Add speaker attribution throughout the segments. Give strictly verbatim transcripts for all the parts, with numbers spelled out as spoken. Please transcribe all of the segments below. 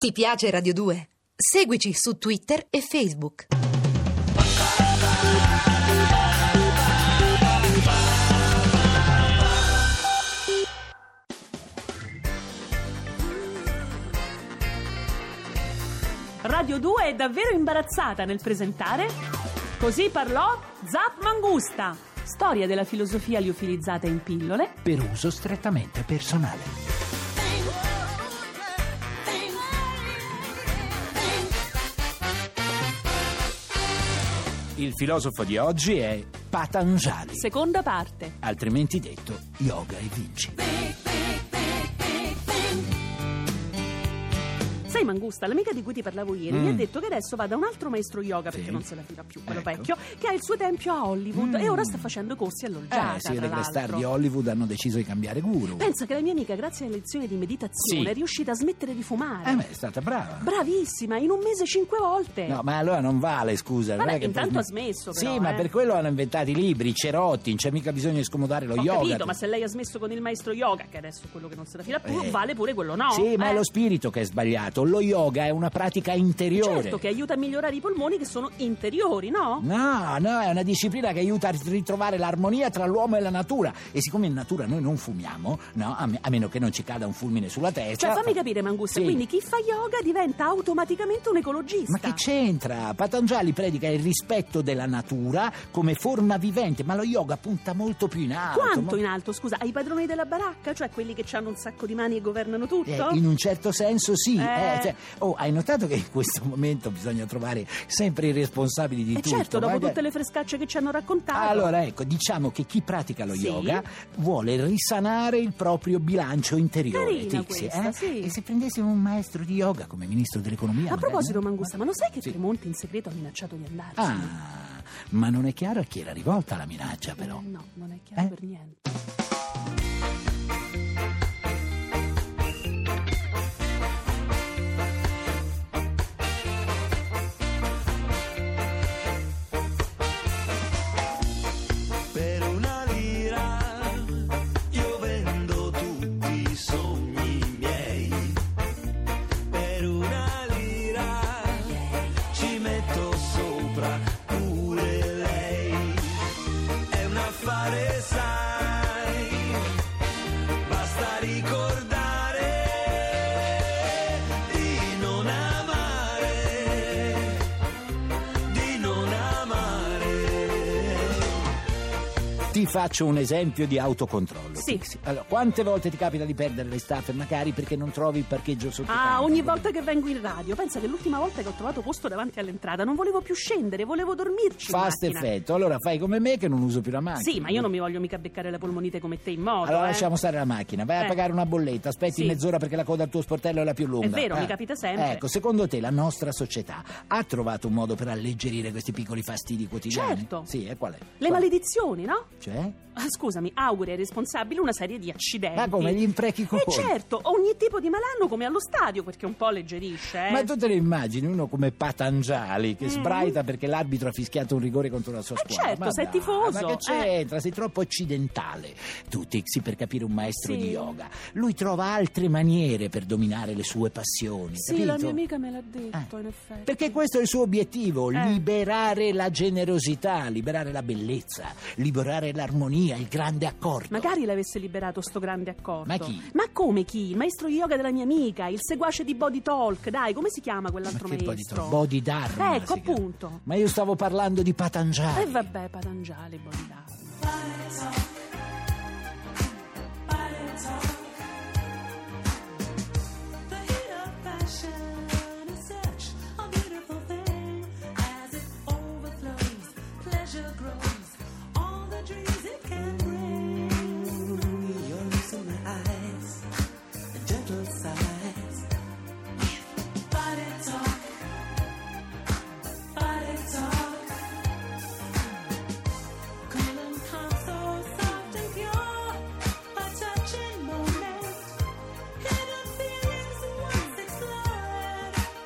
Speaker 1: Ti piace Radio due? Seguici su Twitter e Facebook.
Speaker 2: Radio due è davvero imbarazzata nel presentare Così parlò Zap Mangusta, storia della filosofia liofilizzata in pillole
Speaker 3: per uso strettamente personale. Il filosofo di oggi è Patanjali,
Speaker 2: seconda parte,
Speaker 3: altrimenti detto Yoga e Vinci.
Speaker 2: Sai Mangusta, l'amica di cui ti parlavo ieri
Speaker 3: Mm.
Speaker 2: mi ha detto che adesso va da un altro maestro yoga, perché
Speaker 3: Sì.
Speaker 2: non se la fila più, quello
Speaker 3: Ecco.
Speaker 2: vecchio, che ha il suo tempio a Hollywood
Speaker 3: Mm.
Speaker 2: e ora sta facendo corsi all'Olgiata,
Speaker 3: Eh, si
Speaker 2: tra
Speaker 3: vede che le star
Speaker 2: l'altro.
Speaker 3: di Hollywood hanno deciso di cambiare guru.
Speaker 2: Pensa che la mia amica, grazie alle lezioni di meditazione,
Speaker 3: Sì.
Speaker 2: è riuscita a smettere di fumare.
Speaker 3: Eh beh, è stata brava.
Speaker 2: Bravissima, in un mese cinque volte.
Speaker 3: No, ma allora non vale, scusa. non
Speaker 2: Vabbè,
Speaker 3: è che
Speaker 2: intanto
Speaker 3: per-
Speaker 2: ha smesso, però,
Speaker 3: Sì, ma
Speaker 2: eh.
Speaker 3: per quello hanno inventato i libri, i cerotti, non c'è mica bisogno di scomodare lo
Speaker 2: Ho
Speaker 3: yoga.
Speaker 2: capito, ma se lei ha smesso con il maestro yoga, che adesso è quello che non se la fila più,
Speaker 3: Eh.
Speaker 2: vale pure quello no.
Speaker 3: Sì, ma
Speaker 2: eh.
Speaker 3: è lo spirito che è sbagliato. Lo yoga è una pratica interiore.
Speaker 2: Certo, che aiuta a migliorare i polmoni che sono interiori, no?
Speaker 3: No, no, è una disciplina che aiuta a ritrovare l'armonia tra l'uomo e la natura. E siccome in natura noi non fumiamo, no, a, me- a meno che non ci cada un fulmine sulla testa.
Speaker 2: Cioè, fammi capire, Mangusta,
Speaker 3: Sì.
Speaker 2: quindi chi fa yoga diventa automaticamente un ecologista.
Speaker 3: Ma che c'entra? Patanjali predica il rispetto della natura come forma vivente, ma lo yoga punta molto più in alto.
Speaker 2: Quanto
Speaker 3: mo-
Speaker 2: in alto, scusa? Ai padroni della baracca? Cioè quelli che hanno un sacco di mani e governano tutto?
Speaker 3: Eh, in un certo senso sì.
Speaker 2: Eh.
Speaker 3: eh, cioè, oh, hai notato che in questo momento bisogna trovare sempre i responsabili di
Speaker 2: E
Speaker 3: tutto?
Speaker 2: certo, dopo
Speaker 3: Magari-
Speaker 2: tutte le frescacce che ci hanno raccontato.
Speaker 3: Allora ecco, diciamo che chi pratica lo
Speaker 2: Sì.
Speaker 3: yoga vuole risanare il proprio bilancio interiore.
Speaker 2: Carina
Speaker 3: Tixi,
Speaker 2: questa,
Speaker 3: eh?
Speaker 2: sì.
Speaker 3: E se prendessimo un maestro di yoga come ministro dell'economia?
Speaker 2: A
Speaker 3: magari,
Speaker 2: proposito,
Speaker 3: no?
Speaker 2: Mangusta, ma lo sai che
Speaker 3: Sì.
Speaker 2: Tremonti in segreto ha minacciato di andarsene?
Speaker 3: Ah, ma non è chiaro a chi era rivolta la minaccia però.
Speaker 2: Eh, no, non è chiaro
Speaker 3: Eh?
Speaker 2: per niente.
Speaker 4: Per una lira io vendo tutti i sogni miei. Per una lira ci metto sopra pure lei. È un affare, sai, basta ricordare di non amare, di non amare.
Speaker 3: Ti faccio un esempio di autocontrollo.
Speaker 2: Sì.
Speaker 3: Tixi. Allora, quante volte ti capita di perdere le staffe magari perché non trovi il parcheggio sotto
Speaker 2: Ah,
Speaker 3: campo?
Speaker 2: ogni volta che vengo in radio. Pensa che l'ultima volta che ho trovato posto davanti all'entrata non volevo più scendere, volevo dormirci in
Speaker 3: Fast
Speaker 2: macchina.
Speaker 3: effetto. Allora fai come me che non uso più la macchina.
Speaker 2: Sì, ma io non mi voglio mica beccare la polmonite come te in moto.
Speaker 3: Allora
Speaker 2: eh.
Speaker 3: lasciamo stare la macchina, vai
Speaker 2: Eh.
Speaker 3: a pagare una bolletta, aspetti
Speaker 2: Sì.
Speaker 3: mezz'ora perché la coda al tuo sportello è la più lunga.
Speaker 2: È vero,
Speaker 3: Eh.
Speaker 2: mi capita sempre.
Speaker 3: Ecco, secondo te la nostra società ha trovato un modo per alleggerire questi piccoli fastidi quotidiani?
Speaker 2: Certo.
Speaker 3: Sì, e qual è?
Speaker 2: Le
Speaker 3: Qual-
Speaker 2: maledizioni, no?
Speaker 3: Cioè?
Speaker 2: Ah, scusami, auguri ai responsabili una serie di accidenti.
Speaker 3: Ma come, gli imprechi
Speaker 2: Eh
Speaker 3: comuni?
Speaker 2: certo, ogni tipo di malanno come allo stadio, perché un po' alleggerisce, eh.
Speaker 3: Ma tu te ne immagini uno come Patanjali che
Speaker 2: Mm.
Speaker 3: sbraita perché l'arbitro ha fischiato un rigore contro la sua
Speaker 2: Eh
Speaker 3: squadra?
Speaker 2: certo,
Speaker 3: Ma
Speaker 2: sei
Speaker 3: dai,
Speaker 2: tifoso,
Speaker 3: Ma che
Speaker 2: eh.
Speaker 3: c'entra? Sei troppo occidentale. Tu, Tixi, per capire un maestro
Speaker 2: Sì.
Speaker 3: di yoga. Lui trova altre maniere per dominare le sue passioni.
Speaker 2: Sì,
Speaker 3: capito?
Speaker 2: la mia amica me l'ha detto,
Speaker 3: Eh.
Speaker 2: in effetti.
Speaker 3: Perché questo è il suo obiettivo,
Speaker 2: Eh.
Speaker 3: liberare la generosità, liberare la bellezza, liberare l'armonia, il grande accordo.
Speaker 2: Magari l'avesse liberato sto grande accordo.
Speaker 3: Ma chi?
Speaker 2: Ma come chi? Il maestro yoga della mia amica, il seguace di Body Talk, dai, come si chiama quell'altro
Speaker 3: Ma che
Speaker 2: maestro?
Speaker 3: Body Dharma,
Speaker 2: Ecco,
Speaker 3: si chiama.
Speaker 2: appunto.
Speaker 3: Ma io stavo parlando di Patanjali.
Speaker 2: E vabbè, Patanjali, Body Dharma.
Speaker 5: Come and come so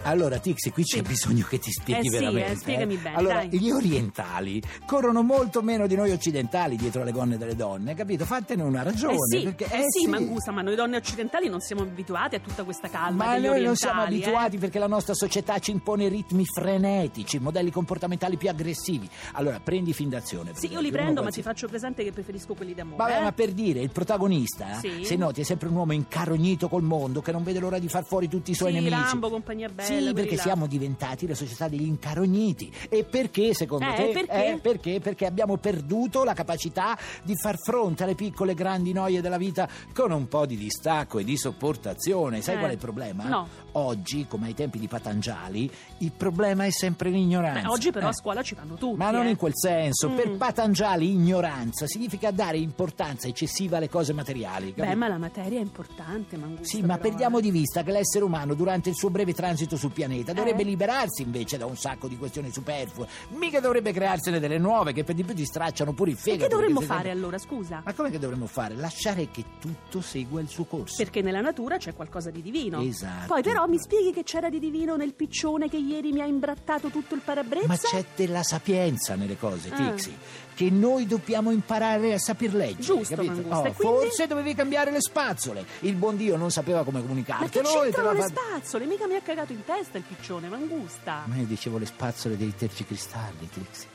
Speaker 3: Allora, Tixi, qui c'è
Speaker 2: Sì.
Speaker 3: bisogno che ti spieghi
Speaker 2: Eh sì,
Speaker 3: veramente.
Speaker 2: eh, spiegami bene,
Speaker 3: Allora,
Speaker 2: dai.
Speaker 3: gli orientali corrono molto meno di noi occidentali dietro le gonne delle donne, capito? Fattene una ragione.
Speaker 2: Eh sì,
Speaker 3: perché,
Speaker 2: eh sì, Mangusta, ma noi donne occidentali non siamo abituati a tutta questa calma
Speaker 3: Ma
Speaker 2: degli
Speaker 3: noi non siamo
Speaker 2: orientali,
Speaker 3: abituati
Speaker 2: eh.
Speaker 3: perché la nostra società ci impone ritmi frenetici, modelli comportamentali più aggressivi. Allora, prendi fin d'azione. per
Speaker 2: Sì, io
Speaker 3: esempio,
Speaker 2: li
Speaker 3: uno
Speaker 2: prendo, ma ti
Speaker 3: qualsiasi-
Speaker 2: faccio presente che preferisco quelli d'amore.
Speaker 3: Vabbè,
Speaker 2: eh.
Speaker 3: ma per dire, il protagonista,
Speaker 2: Sì.
Speaker 3: se noti, è sempre un uomo incarognito col mondo che non vede l'ora di far fuori tutti i suoi
Speaker 2: Sì,
Speaker 3: nemici.
Speaker 2: Rambo, compagnia bella,
Speaker 3: Sì,
Speaker 2: quelli
Speaker 3: perché
Speaker 2: là.
Speaker 3: siamo diventati la società degli incarogniti. E perché, secondo
Speaker 2: Eh,
Speaker 3: te?
Speaker 2: perché?
Speaker 3: Eh, perché? Perché abbiamo perduto la capacità di far fronte alle piccole grandi noie della vita con un po' di distacco e di sopportazione. Sai
Speaker 2: Eh,
Speaker 3: qual è il problema?
Speaker 2: no.
Speaker 3: Oggi, come ai tempi di Patanjali, il problema è sempre l'ignoranza.
Speaker 2: Beh, oggi però
Speaker 3: Eh.
Speaker 2: a scuola ci vanno tutti.
Speaker 3: Ma non
Speaker 2: eh.
Speaker 3: in quel senso.
Speaker 2: Mm.
Speaker 3: Per Patanjali ignoranza significa dare importanza eccessiva alle cose materiali.
Speaker 2: Beh,
Speaker 3: capito?
Speaker 2: ma la materia è importante, Mangusta.
Speaker 3: Sì, ma
Speaker 2: però,
Speaker 3: perdiamo
Speaker 2: eh.
Speaker 3: di vista che l'essere umano durante il suo breve transito sul pianeta dovrebbe
Speaker 2: Eh.
Speaker 3: liberarsi invece da un sacco di questioni superflue. Mica dovrebbe crearsene delle nuove che per di più ti stracciano pure il
Speaker 2: E
Speaker 3: fegato.
Speaker 2: che dovremmo
Speaker 3: perché sei
Speaker 2: fare
Speaker 3: sempre-
Speaker 2: allora, scusa?
Speaker 3: Ma come che dovremmo fare? Lasciare che tutto segua il suo corso.
Speaker 2: Perché nella natura c'è qualcosa di divino.
Speaker 3: Esatto.
Speaker 2: Poi però mi spieghi che c'era di divino nel piccione che ieri mi ha imbrattato tutto il parabrezza?
Speaker 3: Ma c'è della sapienza nelle cose,
Speaker 2: Ah.
Speaker 3: Tixi, che noi dobbiamo imparare a saper leggere.
Speaker 2: Giusto,
Speaker 3: capito?
Speaker 2: Mangusta,
Speaker 3: Oh,
Speaker 2: e quindi?
Speaker 3: Forse dovevi cambiare le spazzole. Il buon Dio non sapeva come
Speaker 2: Ma che
Speaker 3: comunicartelo. e te
Speaker 2: c'entrano
Speaker 3: l'ha
Speaker 2: le
Speaker 3: fatto-
Speaker 2: spazzole? Mica mi ha cagato in testa il piccione, Mangusta.
Speaker 3: Ma io dicevo le spazzole dei tergicristalli, Tixi.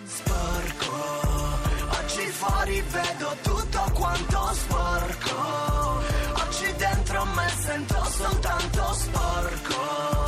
Speaker 4: Sporco, oggi fuori vedo tutto quanto sporco. Oggi dentro me sento soltanto sporco.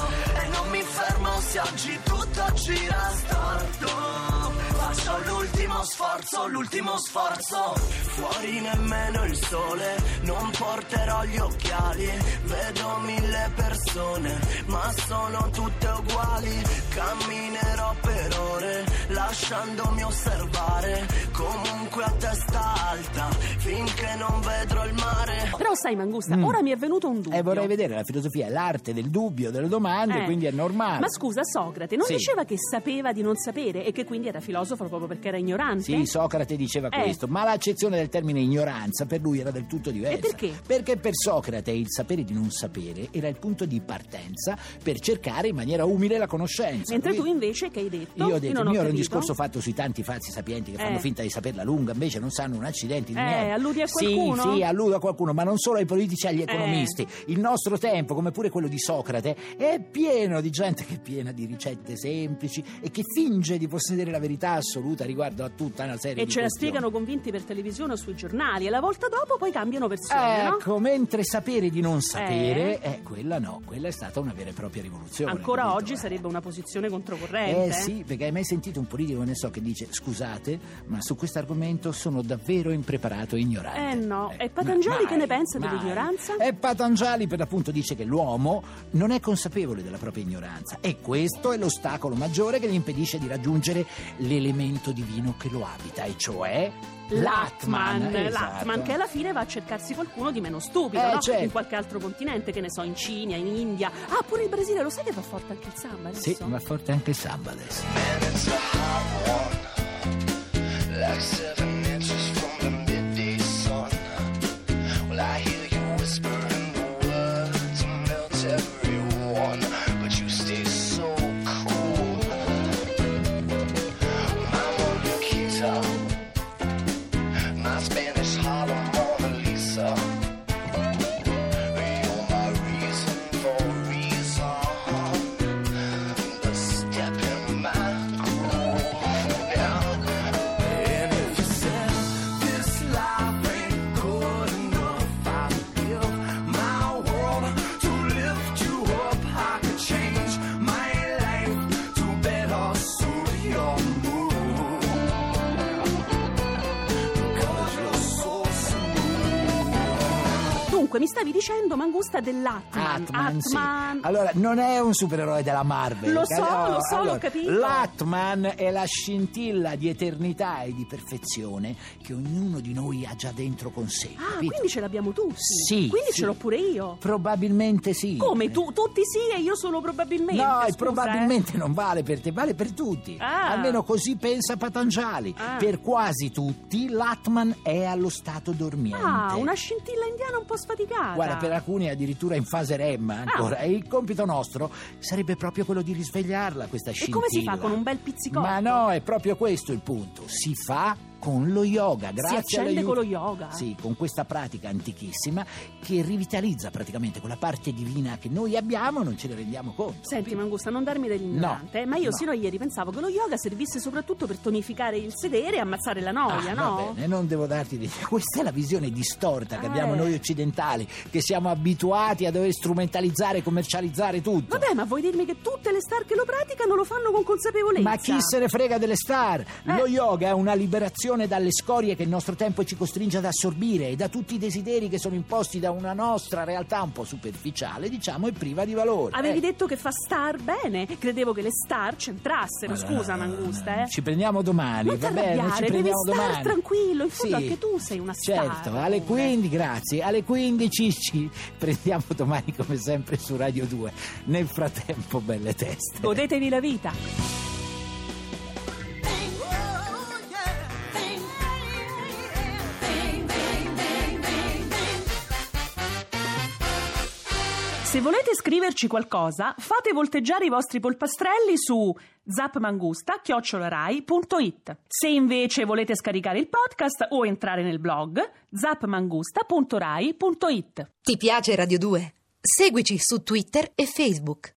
Speaker 4: E non mi fermo se oggi tutto gira storto. Faccio l'ultimo sforzo, l'ultimo sforzo. Fuori nemmeno il sole, non porterò gli occhiali. Vedo mille persone, ma sono tutte uguali. Camminerò per ore, lasciandomi osservare. Comunque a testa alta, finché non vedrò il mare.
Speaker 2: Però sai, Mangusta,
Speaker 3: Mm.
Speaker 2: ora mi è venuto un dubbio.
Speaker 3: Eh, vorrei vedere, la filosofia è l'arte del dubbio, delle domande,
Speaker 2: Eh.
Speaker 3: quindi è normale.
Speaker 2: Ma scusa, Socrate non
Speaker 3: Sì.
Speaker 2: diceva che sapeva di non sapere e che quindi era filosofo proprio perché era ignorante?
Speaker 3: Sì, Socrate diceva
Speaker 2: Eh.
Speaker 3: questo, ma l'accezione del termine ignoranza per lui era del tutto diversa.
Speaker 2: E perché?
Speaker 3: Perché per Socrate il sapere di non sapere era il punto di partenza per cercare in maniera umile la conoscenza.
Speaker 2: Mentre tu
Speaker 3: capito?
Speaker 2: invece che hai detto?
Speaker 3: Io ho detto,
Speaker 2: non
Speaker 3: il
Speaker 2: ho
Speaker 3: mio era un
Speaker 2: capito.
Speaker 3: discorso fatto sui tanti falsi sapienti che fanno
Speaker 2: Eh.
Speaker 3: finta di saperla lunga, invece non sanno un accidente di
Speaker 2: Eh,
Speaker 3: niente.
Speaker 2: alludi a
Speaker 3: Sì,
Speaker 2: qualcuno?
Speaker 3: sì, alludo a qualcuno, ma non solo ai politici e agli economisti.
Speaker 2: Eh.
Speaker 3: Il nostro tempo, come pure quello di Socrate, è pieno di gente che è piena di ricette semplici e che finge di possedere la verità assoluta riguardo a tutta una serie
Speaker 2: E
Speaker 3: di
Speaker 2: ce la
Speaker 3: questioni.
Speaker 2: spiegano convinti per televisione o sui giornali e la volta dopo poi cambiano versione, no?
Speaker 3: Ecco, mentre sapere di non sapere, eh. quella no, quella è stata una vera e propria rivoluzione.
Speaker 2: Ancora
Speaker 3: capito?
Speaker 2: oggi
Speaker 3: Eh.
Speaker 2: sarebbe una posizione controcorrente.
Speaker 3: Eh sì, perché hai mai sentito un politico, ne so, che dice scusate, ma su questo argomento sono davvero impreparato e ignorante.
Speaker 2: Eh no, e
Speaker 3: ma
Speaker 2: Patanjali che
Speaker 3: mai,
Speaker 2: ne pensa
Speaker 3: mai.
Speaker 2: dell'ignoranza?
Speaker 3: E Patanjali per l'appunto dice che l'uomo non è consapevole della propria ignoranza e questo è l'ostacolo maggiore che gli impedisce di raggiungere l'elemento divino che lo abita, e cioè
Speaker 2: L'Atman,
Speaker 3: l'Atman, esatto.
Speaker 2: l'Atman, che alla fine va a cercarsi qualcuno di meno stupido,
Speaker 3: Eh,
Speaker 2: no?
Speaker 3: certo.
Speaker 2: In qualche altro continente, che ne so, in Cina, in India. Ah, pure il Brasile, lo sai che fa forte anche il samba adesso?
Speaker 3: Sì, va forte anche il samba adesso.
Speaker 4: And it's a hot one, like seven inches from the midday sun. Well, I hear you whispering the words, melt everyone, but you stay so cool. Mama Nikita, my Spanish Harlem Mona Lisa. You're my reason for reason. The step in my groove now. And if you said this life ain't good enough, I'd give my world to lift you up. I could change my life to better suit your mood. Because you're so smooth.
Speaker 2: Dunque, mi stavi dicendo, Mangusta, dell'Atman.
Speaker 3: Atman, sì.
Speaker 2: Atman.
Speaker 3: Allora, non è un supereroe della Marvel.
Speaker 2: Lo so,
Speaker 3: No,
Speaker 2: lo so, l'ho
Speaker 3: allora,
Speaker 2: capito.
Speaker 3: L'Atman è la scintilla di eternità e di perfezione che ognuno di noi ha già dentro con sé.
Speaker 2: Ah,
Speaker 3: capito?
Speaker 2: quindi ce l'abbiamo tutti.
Speaker 3: Sì,
Speaker 2: Quindi
Speaker 3: sì.
Speaker 2: ce l'ho pure io.
Speaker 3: Probabilmente sì.
Speaker 2: Come? Tu, tutti sì e io solo probabilmente?
Speaker 3: No,
Speaker 2: Scusa,
Speaker 3: e probabilmente non vale per te, vale per tutti.
Speaker 2: Ah.
Speaker 3: Almeno così pensa Patanjali.
Speaker 2: Ah.
Speaker 3: Per quasi tutti l'Atman è allo stato
Speaker 2: eh?
Speaker 3: dormiente.
Speaker 2: Ah, una scintilla indiana un po' sfaticata. complicata.
Speaker 3: Guarda, per alcuni è addirittura in fase REM ancora.
Speaker 2: Ah.
Speaker 3: E il compito nostro sarebbe proprio quello di risvegliarla, questa
Speaker 2: E
Speaker 3: scintilla.
Speaker 2: come si fa? Con un bel pizzicotto?
Speaker 3: Ma no, è proprio questo il punto. Si fa con lo yoga, grazie
Speaker 2: Si accende
Speaker 3: all'aiuto-
Speaker 2: con lo yoga?
Speaker 3: Sì, con questa pratica antichissima che rivitalizza praticamente quella parte divina che noi abbiamo, non ce ne rendiamo conto.
Speaker 2: Senti Mangusta, non darmi dell'ignorante,
Speaker 3: No,
Speaker 2: ma io
Speaker 3: no.
Speaker 2: sino a ieri pensavo che lo yoga servisse soprattutto per tonificare il sedere e ammazzare la noia,
Speaker 3: Ah,
Speaker 2: no?
Speaker 3: Va bene, non devo darti di... Questa è la visione distorta che
Speaker 2: Eh.
Speaker 3: abbiamo noi occidentali, che siamo abituati a dover strumentalizzare e commercializzare tutto.
Speaker 2: Vabbè, ma vuoi dirmi che tutte le star che lo praticano lo fanno con consapevolezza?
Speaker 3: Ma chi se ne frega delle star?
Speaker 2: Eh.
Speaker 3: Lo yoga è una liberazione dalle scorie che il nostro tempo ci costringe ad assorbire e da tutti i desideri che sono imposti da una nostra realtà un po' superficiale, diciamo, e priva di valore.
Speaker 2: Avevi
Speaker 3: Eh.
Speaker 2: detto che fa star bene? Credevo che le star c'entrassero. Scusa, Mangusta, eh.
Speaker 3: Ci prendiamo domani,
Speaker 2: Non
Speaker 3: va
Speaker 2: ti
Speaker 3: bene? Ci
Speaker 2: arrabbiare, devi
Speaker 3: prendiamo
Speaker 2: star
Speaker 3: domani.
Speaker 2: tranquillo, in fondo
Speaker 3: Sì.
Speaker 2: anche tu sei una star.
Speaker 3: Certo, alle quindici, grazie, alle quindici ci prendiamo domani come sempre su Radio due. Nel frattempo, belle teste.
Speaker 2: Godetevi la vita. Se volete scriverci qualcosa, fate volteggiare i vostri polpastrelli su zapmangusta chiocciola rai punto it. Se invece volete scaricare il podcast o entrare nel blog, zapmangusta punto rai punto it.
Speaker 1: Ti piace Radio due? Seguici su Twitter e Facebook.